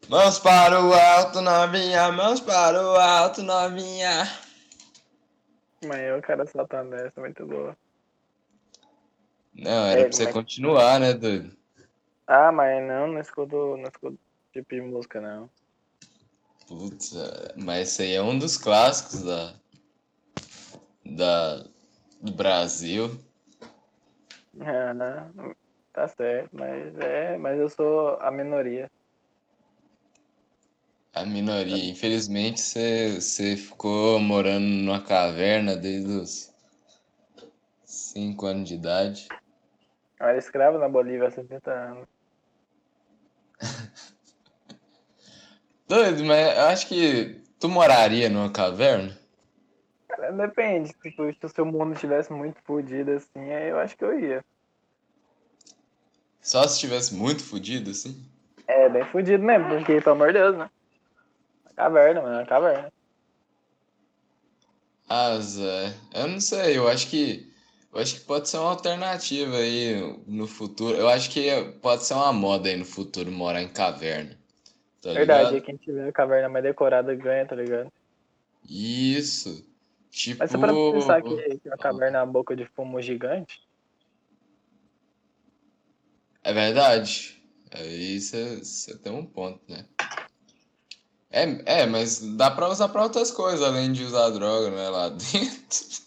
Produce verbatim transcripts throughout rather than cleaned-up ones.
Mãos para o alto, novinha, mãos para o alto, novinha. Amanhã o cara soltando essa, muito boa. Não, era É, pra você mas... continuar, né, doido? Ah, mas não, não escuto, não escuto tipo de música, não. Putz, é, mas esse aí é um dos clássicos da, da, do Brasil. É, né? Tá certo, mas é, mas eu sou a minoria. A minoria. Infelizmente, você, você ficou morando numa caverna desde os cinco anos de idade. Eu era escravo na Bolívia há setenta anos. Doido, mas eu acho que tu moraria numa caverna? Cara, depende, tipo, se o seu mundo estivesse muito fodido assim, aí eu acho que eu ia. Só se estivesse muito fodido, assim? É, bem fudido mesmo, porque, pelo amor de Deus, né? Uma caverna, mano, uma caverna. Ah, Zé, eu não sei, eu acho que eu acho que pode ser uma alternativa aí no futuro. Eu acho que pode ser uma moda aí no futuro morar em caverna, tá Verdade, e ligado? quem tiver a caverna mais decorada ganha, tá ligado? Isso. Mas você para pensar que, Tipo, que a caverna é uma boca de fumo gigante, é verdade. Aí você tem um ponto, né? É, é, mas dá pra usar pra outras coisas além de usar droga, né, lá dentro.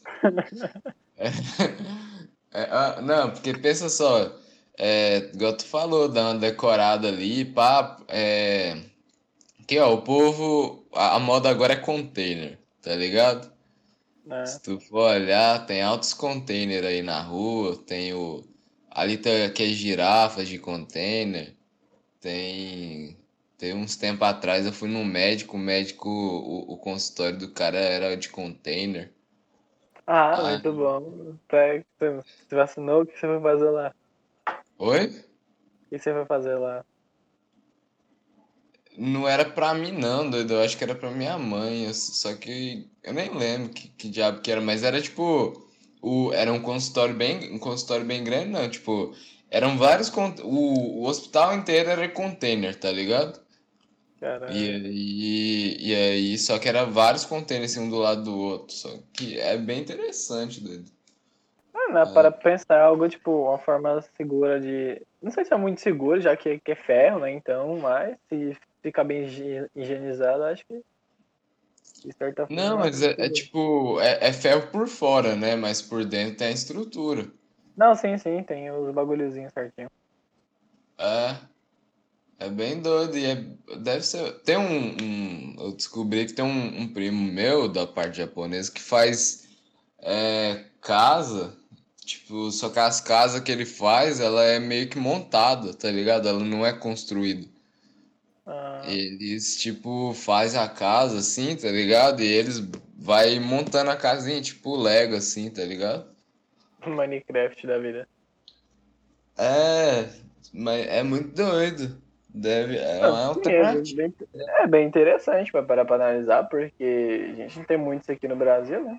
É, ah, não, porque pensa só, é, igual tu falou, dá uma decorada ali, pá, é, que ó, o povo, a, a moda agora é container, tá ligado? né? Se tu for olhar, tem altos container aí na rua, tem o, ali tem aquelas girafas de container, tem, tem uns tempos atrás eu fui num médico, o médico, o, o consultório do cara era de container. Ah, Ah, muito bom. Tá, você se vacinou, o que você foi fazer lá? oi? O que você foi fazer lá? Não era pra mim não, doido. Eu acho que era pra minha mãe. eu- Só que eu nem lembro que, que diabo que era, mas era tipo. O, era um consultório bem, um consultório bem grande, não. Tipo, eram vários. con- O, o hospital inteiro era container, tá ligado? E Caralho. aí, e aí, só que era vários containers assim, um do lado do outro. Só que é bem interessante, doido. Ah, não, para pensar algo, tipo, uma forma segura de. Não sei se é muito seguro, já que, que é ferro, né? Então, mas se ficar bem higie- higienizado, acho que de certa Não, forma mas é é, é seguro. tipo. É, é ferro por fora, né? Mas por dentro tem a estrutura. Não, sim, sim, tem os bagulhozinhos certinho. É. É bem doido e é, deve ser. Tem um, um- Eu descobri que tem um, um primo meu da parte japonesa que faz é, casa. Tipo, só que as casas que ele faz, ela é meio que montada, tá ligado? Ela não é construída. Ah, Eles, tipo, faz a casa assim, tá ligado? E eles vai montando a casinha, tipo Lego assim, tá ligado? Minecraft da vida. É, mas é muito doido. Deve, é Ah, uma sim, é alternativa. bem, é bem interessante para parar pra analisar, porque a gente não tem muitos aqui no Brasil, né?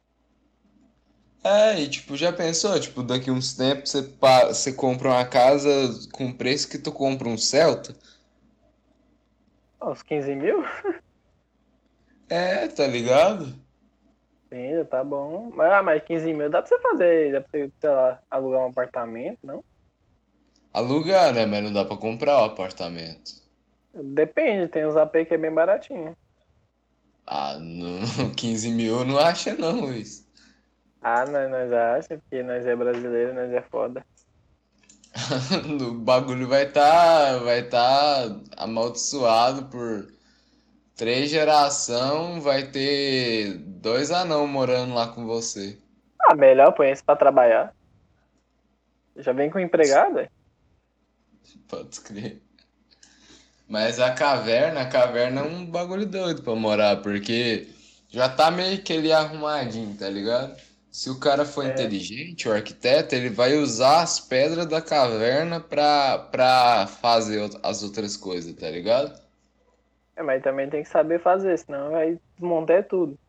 É, e tipo, já pensou? Tipo, daqui uns tempos você, pa- você compra uma casa com o preço que tu compra um Celta? Uns quinze mil? É, tá ligado? Sim, já tá bom. Mas, ah, mas quinze mil dá pra você fazer, dá pra você, sei lá, alugar um apartamento, não? Alugar, né? Mas não dá pra comprar o apartamento. Depende, tem uns A P que é bem baratinho. Ah, no, quinze mil não acha não, Luiz. Ah, nós, nós acha, porque nós é brasileiro, nós é foda. O bagulho vai tá, vai tá amaldiçoado por três gerações, vai ter dois anão morando lá com você. Ah, melhor põe esse pra trabalhar. Já vem com empregada? Pode crer. Mas a caverna, a caverna é um bagulho doido pra morar, porque já tá meio que ele arrumadinho, tá ligado? Se o cara for É, inteligente, o arquiteto, ele vai usar as pedras da caverna pra, pra fazer out- as outras coisas, tá ligado? é, mas também tem que saber fazer, senão vai desmontar tudo.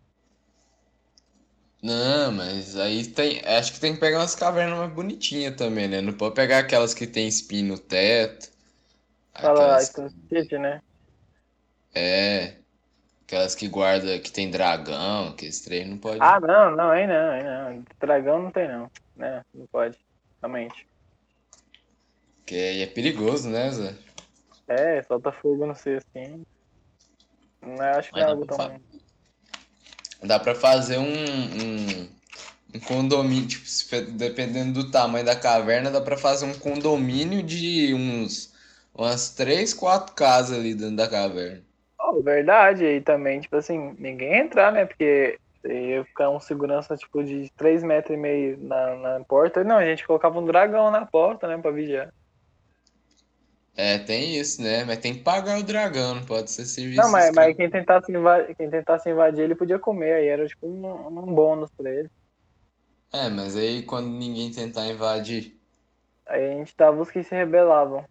Não, mas aí tem. Acho que tem que pegar umas cavernas mais bonitinhas também, né? Não pode pegar aquelas que tem espinho no teto. Fala Aquelas Stone City, né? é, aquelas que guarda, que tem dragão, que esse trem não Ah, pode. não, não, aí não, aí não. Dragão não tem não, né? Não pode, realmente. Que aí é perigoso, né, Zé? É, solta fogo no sei assim. Não, acho que não Mas é dá algo pra, fa- tão. dá pra fazer um, um, um condomínio, tipo, se fe- dependendo do tamanho da caverna, dá pra fazer um condomínio de uns umas três, quatro casas ali dentro da caverna. Oh, verdade, e também, tipo assim, ninguém ia entrar, né? Porque ia ficar um segurança, tipo, de três metros e meio na, na porta. Não, a gente colocava um dragão na porta, né, pra vigiar. É, tem isso, né? Mas tem que pagar o dragão, não pode ser Não, serviço mas, mas escravo. quem tentasse invadir, quem tentasse invadir, ele podia comer, aí era tipo um, um bônus pra ele. É, mas aí quando ninguém tentar invadir, Aí a gente dava os que se rebelavam.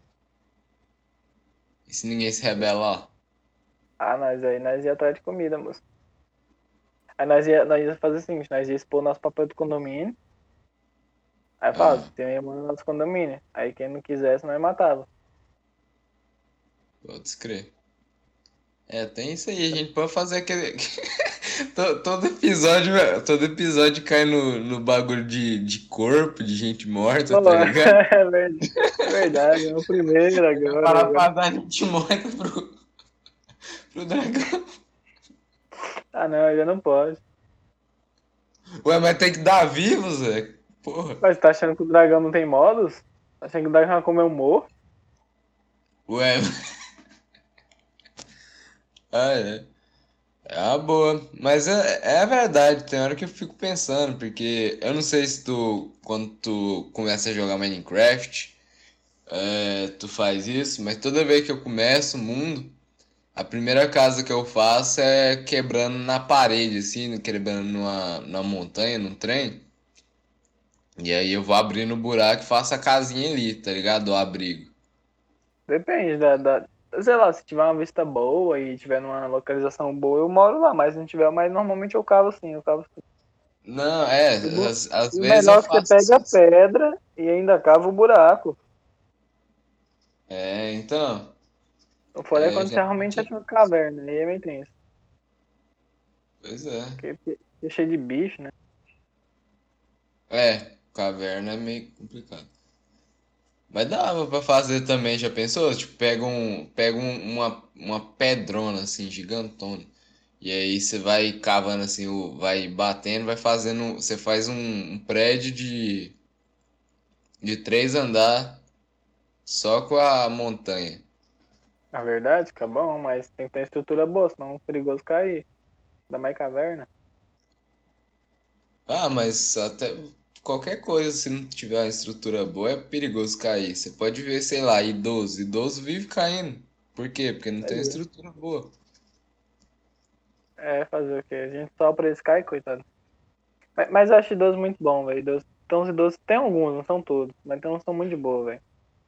e se ninguém se rebelar? Ah, nós aí nós ia atrás de comida, moço. Aí nós ia, nós ia fazer o seguinte, nós ia expor nosso papel do condomínio. Aí fala, Ah, tem um irmão no nosso condomínio. Aí quem não quisesse, nós matava. pode crer. É, tem isso aí, a gente pode fazer aquele. To- Todo episódio, todo episódio cai no, no bagulho de, de corpo, de gente morta, Pô, tá ligado? é verdade, é verdade, é o primeiro Vai agora. parar pra agora. dar gente morta pro, pro dragão. Ah, não, ainda não pode. Ué, mas tem que dar vivo, Zé. Porra. Mas tá achando que o dragão não tem modos? Tá achando que o dragão vai comer um morto? Ué, ah, é. É uma boa. Mas é, é verdade, tem hora que eu fico pensando, porque eu não sei se tu, quando tu começa a jogar Minecraft, é, tu faz isso, mas toda vez que eu começo o mundo, a primeira casa que eu faço é quebrando na parede, assim, quebrando numa, numa montanha, num trem. E aí eu vou abrindo o buraco e faço a casinha ali, tá ligado? O abrigo. Depende da, da. Sei lá, se tiver uma vista boa e tiver numa localização boa, eu moro lá, mas se não tiver, mas normalmente eu cavo sim, eu cavo sim. Não, é, E o, bo- às, às e o vezes eu melhor é que você faço pega a assim. pedra e ainda cava o buraco. É, então, O fora é é, quando você realmente geralmente, acha uma caverna, aí é meio tenso. pois é. Porque porque é cheio de bicho, né? É, caverna é meio complicado. Mas dava pra fazer também, já pensou? Tipo, pega, um, pega um- uma, uma pedrona assim, gigantona. E aí você vai cavando assim, o- vai batendo, vai fazendo. Você faz um, um prédio de, de três andar só com a montanha. Na verdade, fica bom, mas tem que ter estrutura boa, senão é perigoso cair. Ainda mais caverna. Ah, mas até qualquer coisa, se não tiver uma estrutura boa, é perigoso cair. Você pode ver, sei lá, idoso. Idoso vive caindo. Por quê? Porque não tem uma Aí, estrutura boa. é, fazer o quê? A gente só pra eles cair, coitado. Mas, mas eu acho idoso muito bom, velho. Idoso- Então os idosos, tem alguns, não são todos, mas tem uns que são muito de boa, velho.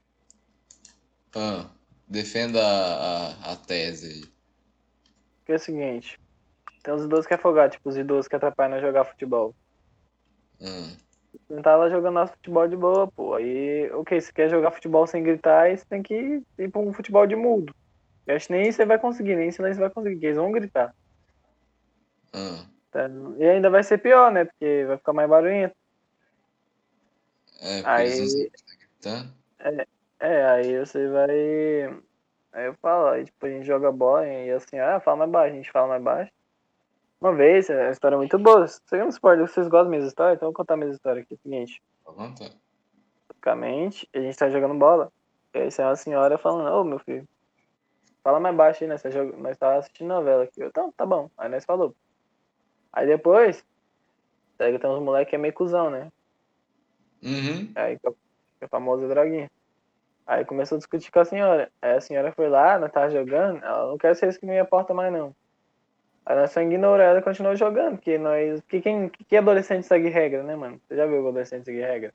Ah, defenda a, a, a tese aí. Porque é o seguinte, tem uns idosos que é folgado, tipo os idosos que atrapalham nós jogar futebol. Ah, Não tá lá jogando nosso futebol de boa, pô. Aí, ok, se quer jogar futebol sem gritar, aí você tem que ir pra um futebol de mudo. Eu acho que nem isso você vai conseguir, nem isso você vai conseguir, porque eles vão gritar. ah. Tá? E ainda vai ser pior, né? Porque vai ficar mais barulhento. É, porque eles não sabem Aí, o que tá gritando. é, é, aí você vai. Aí eu falo, aí tipo, a gente joga bola e assim, ah, fala mais baixo, a gente fala mais baixo. Uma vez, é uma história muito boa. Você não se importa, vocês gostam das minhas histórias? Então eu vou contar minhas histórias aqui. É o seguinte, À vontade. basicamente, a gente tá jogando bola. E aí sai uma senhora falando, ô meu filho, fala mais baixo aí, né? Você joga... Nós tava assistindo novela aqui. Eu, então, tá bom. Aí nós falou. Aí depois, pega tem uns moleques que é meio cuzão, né? Uhum. Aí que é o que é o famoso droguinha. Aí começou a discutir com a senhora. Aí a senhora foi lá, nós tava jogando, ela não quer ser isso que não ia porta mais não. Aí nós só ignorou ela e continuou jogando, porque nós. Porque quem que adolescente segue regra, né, mano? Você já viu o adolescente seguir regra?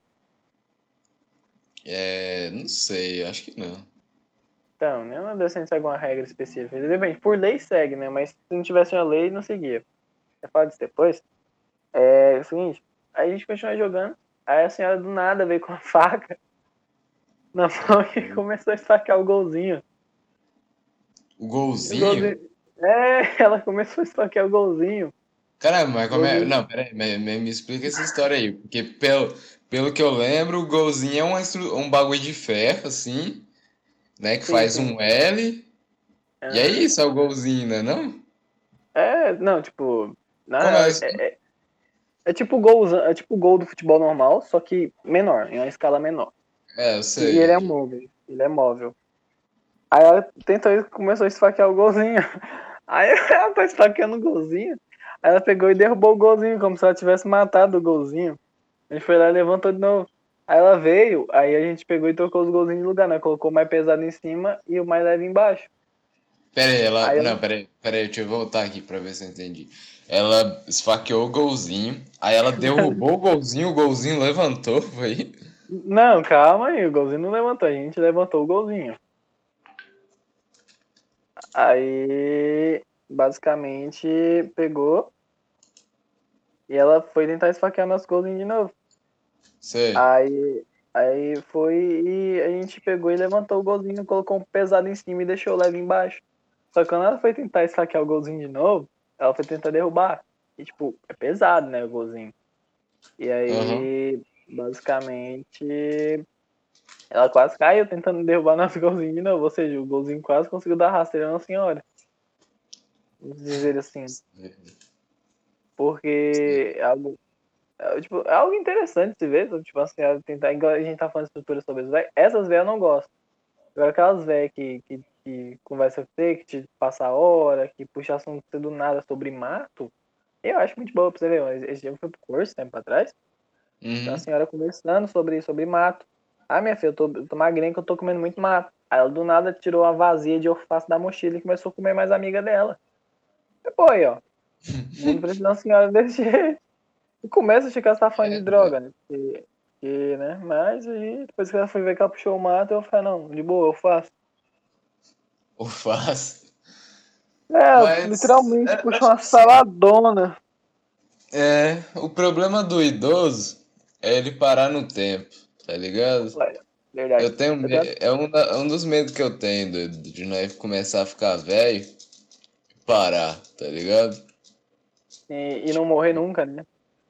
É, não sei, acho que não. Então, nenhum adolescente segue uma regra específica. Depende, por lei segue, né? Mas se não tivesse uma lei, não seguia. Eu falo disso depois. É o seguinte, aí a gente continua jogando. Aí a senhora do nada veio com a faca. Na mão que começou a esfaquear o golzinho. O O golzinho? golzinho. É, ela começou a esfaquear o golzinho. Caramba, mas como é. Golzinho. Não, peraí, me, me, me explica essa história aí. Porque pelo, pelo que eu lembro, o golzinho é uma instru- um bagulho de ferro, assim, né? Que Sim, faz sim. um L. E é Aham. isso, é o golzinho, né? Não? É, não, tipo. Na Como é real, isso? é, é, é tipo gol, é tipo gol do futebol normal, só que menor, em uma escala menor. É, eu E ele é sei. móvel. Ele é móvel. Aí ela tentou e começou a esfaquear o golzinho. Aí ela tá esfaqueando o golzinho. Aí ela pegou e derrubou o golzinho, como se ela tivesse matado o golzinho. A gente foi lá e levantou de novo. Aí ela veio, aí a gente pegou e trocou os golzinhos de lugar, né? Colocou o mais pesado em cima e o mais leve embaixo. Pera aí, ela. Aí Não, ela. pera aí, pera aí, deixa eu voltar aqui pra ver se eu entendi. Ela esfaqueou o golzinho, aí ela derrubou o golzinho, o golzinho levantou, foi? Não, calma aí, o golzinho não levantou, a gente levantou o golzinho. Aí, basicamente, pegou e ela foi tentar esfaquear nosso golzinho de novo. Sei. Aí, aí foi e a gente pegou e levantou o golzinho, colocou um pesado em cima e deixou o leve embaixo. Só que quando ela foi tentar esfaquear o golzinho de novo, ela foi tentar derrubar. E, tipo, é pesado, né, o golzinho. E Aham. aí, basicamente, ela quase caiu tentando derrubar nosso golzinho de novo. Ou seja, o golzinho quase conseguiu dar rasteira na senhora. Vamos dizer assim. Sei. Porque é algo, é, tipo, é algo interessante de se ver. Tipo assim, ela tentar, igual a gente tá falando de estrutura sobre as velhas. Essas velhas eu não gosto. Agora aquelas velhas que, que, que conversa com você, que te passa a hora, que puxa assunto do nada sobre mato, eu acho muito boa pra você ver. Esse dia eu fui pro curso, tempo atrás, a Uhum. senhora conversando sobre, sobre mato. Ah, minha filha, eu tô, eu tô magrinha que eu tô comendo muito mato. Aí ela do nada tirou a vazia de alface da mochila e começou a comer mais amiga dela. Depois, ó, o mundo precisa de uma senhora desse jeito. E começa a ficar safando É, de velho. droga, né? Porque, porque, né? Mas aí, depois que ela foi ver que ela puxou o mato, eu falei, não, de boa, eu faço. Ou faz. É, Mas literalmente é, puxou acho uma que sim. saladona. É, o problema do idoso é ele parar no tempo, tá ligado? Ué, verdade. Eu tenho, Eu me- tenho, é um, da- é um dos medos que eu tenho de, de nós começar a ficar velho e parar, tá ligado? e, e não morrer nunca, né?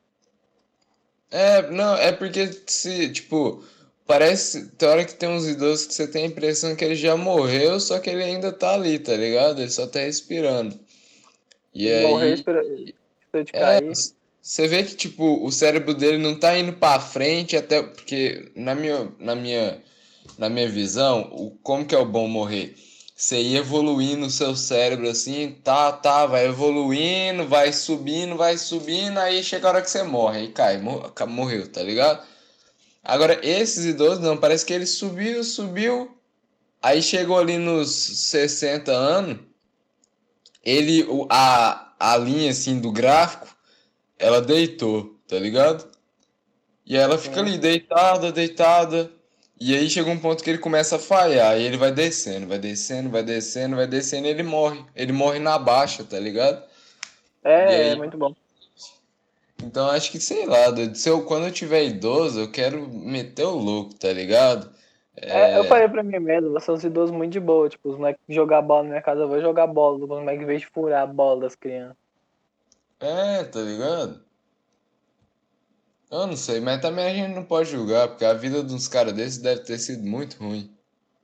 É, não, é porque se, tipo, parece, tem hora que tem uns idosos que você tem a impressão que ele já morreu, só que ele ainda tá ali, tá ligado? Ele só tá respirando. E Morrer, aí, espera, espera de cair. você vê que, tipo, o cérebro dele não tá indo pra frente, até porque, na minha, na minha, na minha visão, o, como que é o bom morrer? Você ir evoluindo o seu cérebro assim, tá, tá, vai evoluindo, vai subindo, vai subindo, aí chega a hora que você morre, aí cai, mor- morreu, tá ligado? Agora, esses idosos não, parece que ele subiu, subiu, aí chegou ali nos sessenta anos, ele, o- a, a linha assim do gráfico, ela deitou, tá ligado? E aí ela fica Sim. ali deitada, deitada, e aí chega um ponto que ele começa a falhar, e ele vai descendo, vai descendo, vai descendo, vai descendo, e ele morre. Ele morre na baixa, tá ligado? E É, é aí, muito bom. então acho que sei lá, doido, se eu, quando eu tiver idoso, eu quero meter o louco, tá ligado? É, eu falei É, pra mim mesmo, vocês são os idosos muito de boa. Tipo, os moleques jogar bola na minha casa, eu vou jogar bola. Os moleques em vez de furar a bola das crianças. é, tá ligado? Eu não sei, mas também a gente não pode julgar, porque a vida de uns caras desses deve ter sido muito ruim.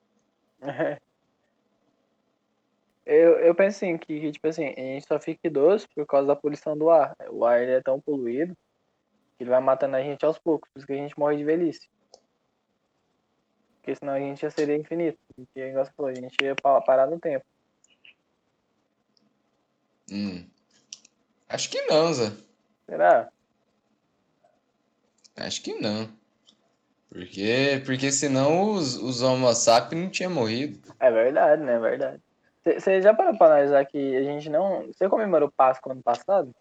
Eu, eu penso assim, que, que, tipo assim, a gente só fica idoso por causa da poluição do ar. O ar ele é tão poluído que ele vai matando a gente aos poucos, por isso que a gente morre de velhice. Porque senão a gente já seria infinito. Porque, igual você falou, a gente ia pa- parar no tempo. Hum. Acho que não, Zé. Será? Acho que não. Porque, porque senão os, os Homo sapiens não tinham morrido. É verdade, né? É verdade. Você já parou pra analisar que a gente não. Você comemorou Páscoa ano passado?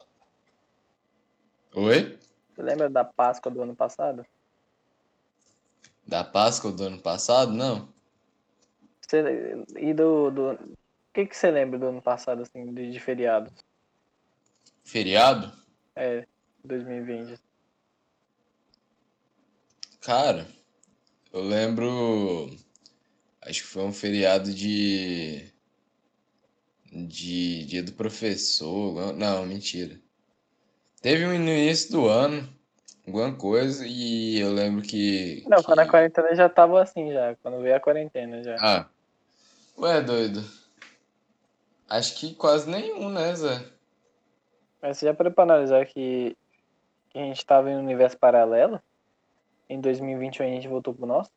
Oi? Você lembra da Páscoa do ano passado? Da Páscoa do ano passado? Não. Você, e do. do o que que você lembra do ano passado, assim, de, de feriados? Feriado? É, dois mil e vinte. Cara, Eu lembro. Acho que foi um feriado de. De dia do professor. Não, mentira. Teve um no início do ano, alguma coisa, e eu lembro que. Não, quando a que... quarentena já tava assim, já. Quando veio a quarentena já. Ah, ué, doido. Acho que quase nenhum, né, Zé? Mas você já parou pra analisar que, que a gente tava em um universo paralelo? Em dois mil e vinte e um a gente voltou pro nosso?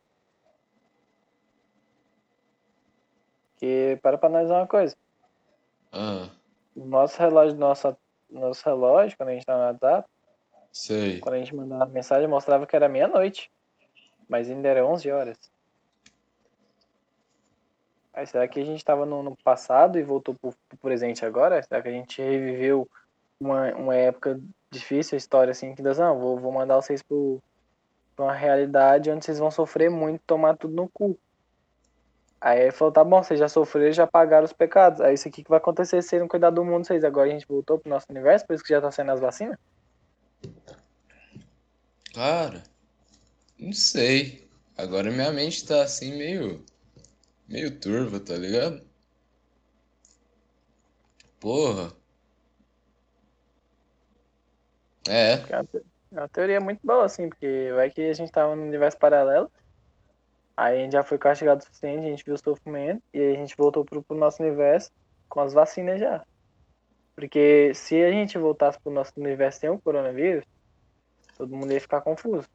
Que para pra analisar uma coisa. Ah, O nosso relógio, nosso, nosso relógio, quando a gente tava no WhatsApp, sei. quando a gente mandava mensagem, mostrava que era meia-noite. Mas ainda era onze horas. Aí será que a gente tava no, no passado e voltou pro, pro presente agora? Será que a gente reviveu uma, uma época difícil, a história assim, que Deus, não, vou, vou mandar vocês pro, pra uma realidade onde vocês vão sofrer muito, tomar tudo no cu. Aí ele falou, tá bom, vocês já sofreram, já pagaram os pecados. Aí isso aqui que vai acontecer se vocês não cuidar do mundo, vocês agora a gente voltou pro nosso universo, por isso que já tá saindo as vacinas? Cara, não sei. Agora minha mente tá assim meio. Meio turva, tá ligado? Porra. É. É uma te- é uma teoria muito boa, assim, porque vai que a gente tava num universo paralelo, aí a gente já foi castigado o suficiente, a gente viu o sofrimento, e aí a gente voltou pro, pro nosso universo com as vacinas já. Porque se a gente voltasse pro nosso universo sem o coronavírus, todo mundo ia ficar confuso.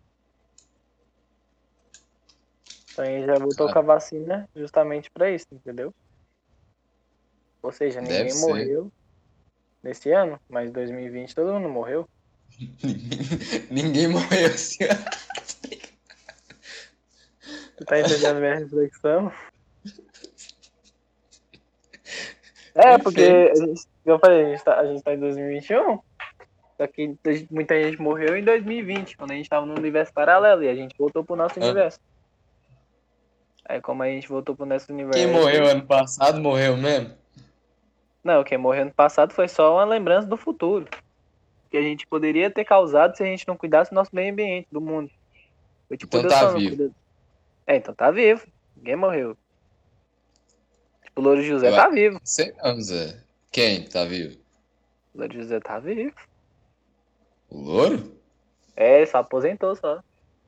Então a gente já voltou com Cara, a vacina justamente pra isso, entendeu? Ou seja, deve ninguém ser. morreu nesse ano, mas em dois mil e vinte todo mundo morreu. Ninguém morreu assim. Você tá entendendo a minha reflexão? É, porque Perfeito. a gente, eu falei, a gente tá, a gente tá em dois mil e vinte e um, só que muita gente morreu em dois mil e vinte, quando a gente tava num universo paralelo, e a gente voltou pro nosso Ah, universo. Aí como a gente voltou pro nosso quem morreu universo. ano passado morreu mesmo? Não, quem morreu no passado foi só uma lembrança do futuro. Que a gente poderia ter causado se a gente não cuidasse do nosso meio ambiente, do mundo. Foi tipo, Então Deus tá falando, vivo. cuida. É, então tá vivo. Ninguém morreu. Tipo, o Louro José Eu tá acho vivo. que sei não, Zé. Quem tá vivo? O Louro José tá vivo. O louro? É, ele só aposentou só.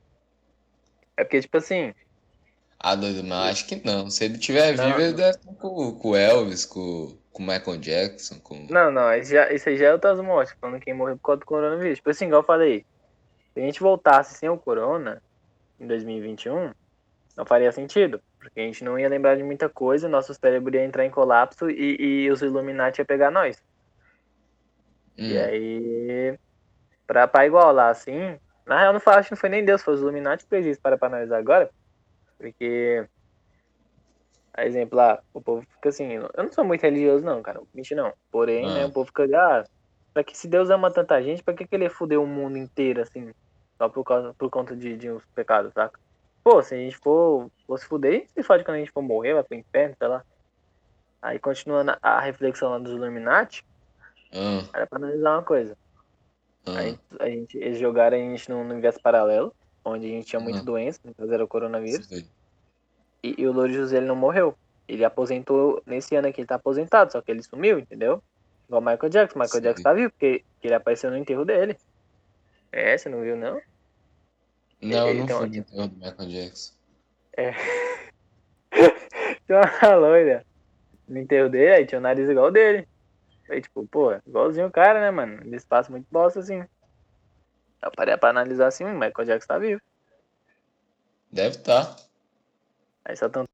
É porque, tipo assim. Ah, doido, mas acho que não. Se ele tiver vivo, Não, ele não. deve estar com, com o Elvis, com, com o Michael Jackson, com. Não, não. Isso, já, isso aí já é outras mortes. Falando quem morreu por causa do coronavírus. Tipo assim, igual eu falei. Se a gente voltasse sem o corona em dois mil e vinte e um, não faria sentido. Porque a gente não ia lembrar de muita coisa, nosso cérebro ia entrar em colapso e, e os Illuminati ia pegar nós. E Hum, aí, pra, pra igualar assim, na real, não foi, acho que não foi nem Deus, foi os Illuminati que fez isso, para pra analisar agora. Porque, a exemplo lá, o povo fica assim, eu não sou muito religioso não, cara, mentira não. Porém, né, ah, o povo fica, ah, pra que se Deus ama tanta gente, pra que, que ele ia fuder o mundo inteiro, assim, só por, causa, por conta de, de uns pecados, saca? Pô, se a gente for, for se fuder, se fode quando a gente for morrer, vai pro inferno, sei lá. Aí, continuando a reflexão lá dos Illuminati, ah, era pra analisar uma coisa. A ah, gente, a gente, eles jogaram a gente num universo paralelo, onde a gente tinha muita ah. doença, no caso era o coronavírus, Sei. e, e o Louro José ele não morreu. Ele aposentou nesse ano aqui, ele tá aposentado, só que ele sumiu, entendeu? Igual o Michael Jackson. O Michael Jackson Sei. tá vivo, porque ele apareceu no enterro dele. É, você não viu, não? Não, eu Ele não tem fui uma, no tinha, enterro do Michael Jackson. é, tinha uma loira no enterro dele, aí tinha um nariz igual o dele. Aí, tipo, pô, igualzinho o cara, né, mano? Eles passam muito bosta, assim. Eu parei pra analisar assim, o Michael Jackson tá vivo. Deve estar. Aí só tão